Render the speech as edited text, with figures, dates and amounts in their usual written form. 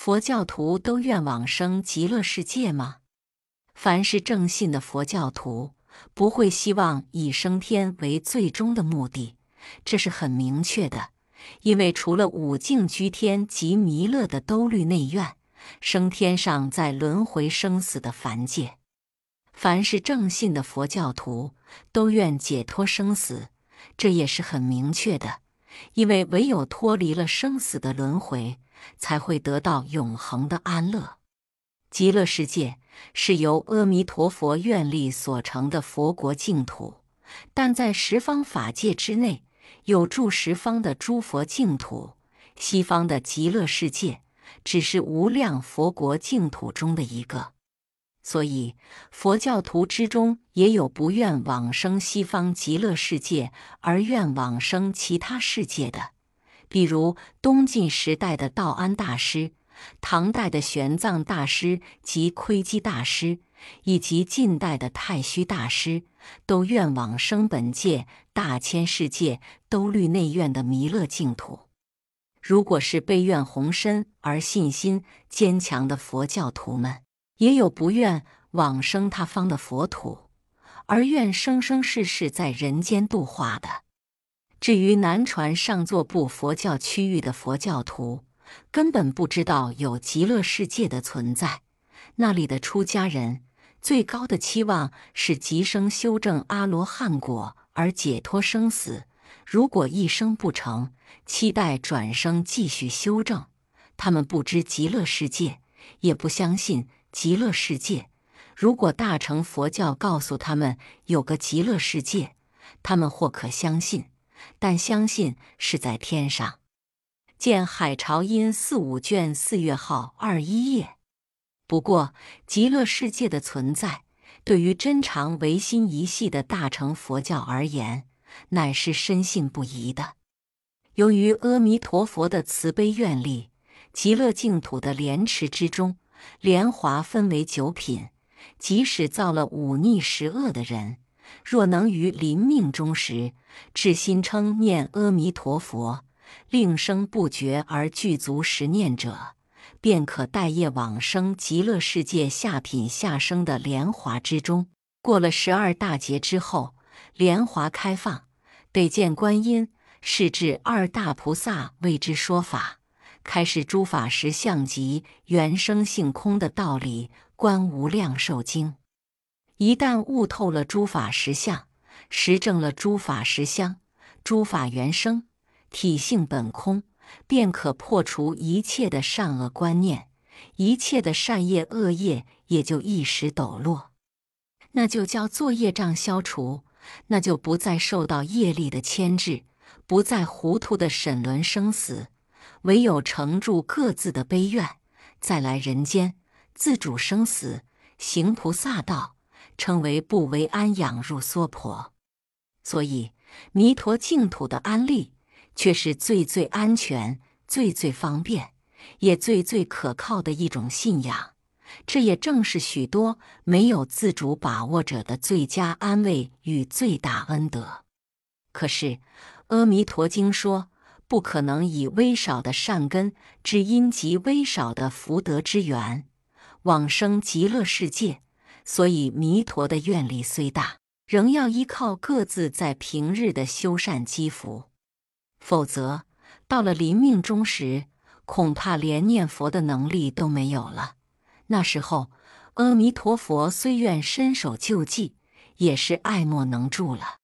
佛教徒都愿往生极乐世界吗？凡是正信的佛教徒，不会希望以升天为最终的目的，这是很明确的。因为除了五境居天及弥勒的兜率内院，升天上在轮回生死的凡界。凡是正信的佛教徒，都愿解脱生死，这也是很明确的。因为唯有脱离了生死的轮回，才会得到永恒的安乐。极乐世界是由阿弥陀佛愿力所成的佛国净土，但在十方法界之内，有住十方的诸佛净土。西方的极乐世界只是无量佛国净土中的一个。所以佛教徒之中也有不愿往生西方极乐世界，而愿往生其他世界的，比如东晋时代的道安大师、唐代的玄奘大师及窥基大师，以及近代的太虚大师，都愿往生本界大千世界兜率内院的弥勒净土。如果是悲愿宏深而信心坚强的佛教徒们，也有不愿往生他方的佛土，而愿生生世世在人间度化的。至于南传上座部佛教区域的佛教徒，根本不知道有极乐世界的存在。那里的出家人最高的期望是即生修正阿罗汉果而解脱生死，如果一生不成，期待转生继续修正。他们不知极乐世界，也不相信极乐世界。如果大乘佛教告诉他们有个极乐世界，他们或可相信，但相信是在天上。见海潮音45卷4月号21页。不过，极乐世界的存在，对于真常唯心一系的大乘佛教而言，乃是深信不疑的。由于阿弥陀佛的慈悲愿力，极乐净土的莲池之中，莲华分为9品，即使造了忤逆十恶的人，若能于临命终时，至心称念阿弥陀佛，令声不绝而具足十念者，便可带业往生极乐世界下品下生的莲华之中。过了12大劫之后，莲华开放，得见观音，是至二大菩萨为之说法，开示诸法实相及原生性空的道理，观无量寿经。一旦悟透了诸法实相，实证了诸法实相，诸法原生，体性本空，便可破除一切的善恶观念，一切的善业恶业也就一时抖落。那就叫做业障消除，那就不再受到业力的牵制，不再糊涂的审论生死，唯有承住各自的悲愿，再来人间，自主生死，行菩萨道，称为不为安养入娑婆。所以弥陀净土的安立，却是最最安全、最最方便，也最最可靠的一种信仰。这也正是许多没有自主把握者的最佳安慰与最大恩德。可是《阿弥陀经》说，不可能以微少的善根之因及微少的福德之缘，往生极乐世界。所以弥陀的愿力虽大，仍要依靠各自在平日的修善积福，否则到了临命终时，恐怕连念佛的能力都没有了。那时候阿弥陀佛虽愿伸手救济，也是爱莫能助了。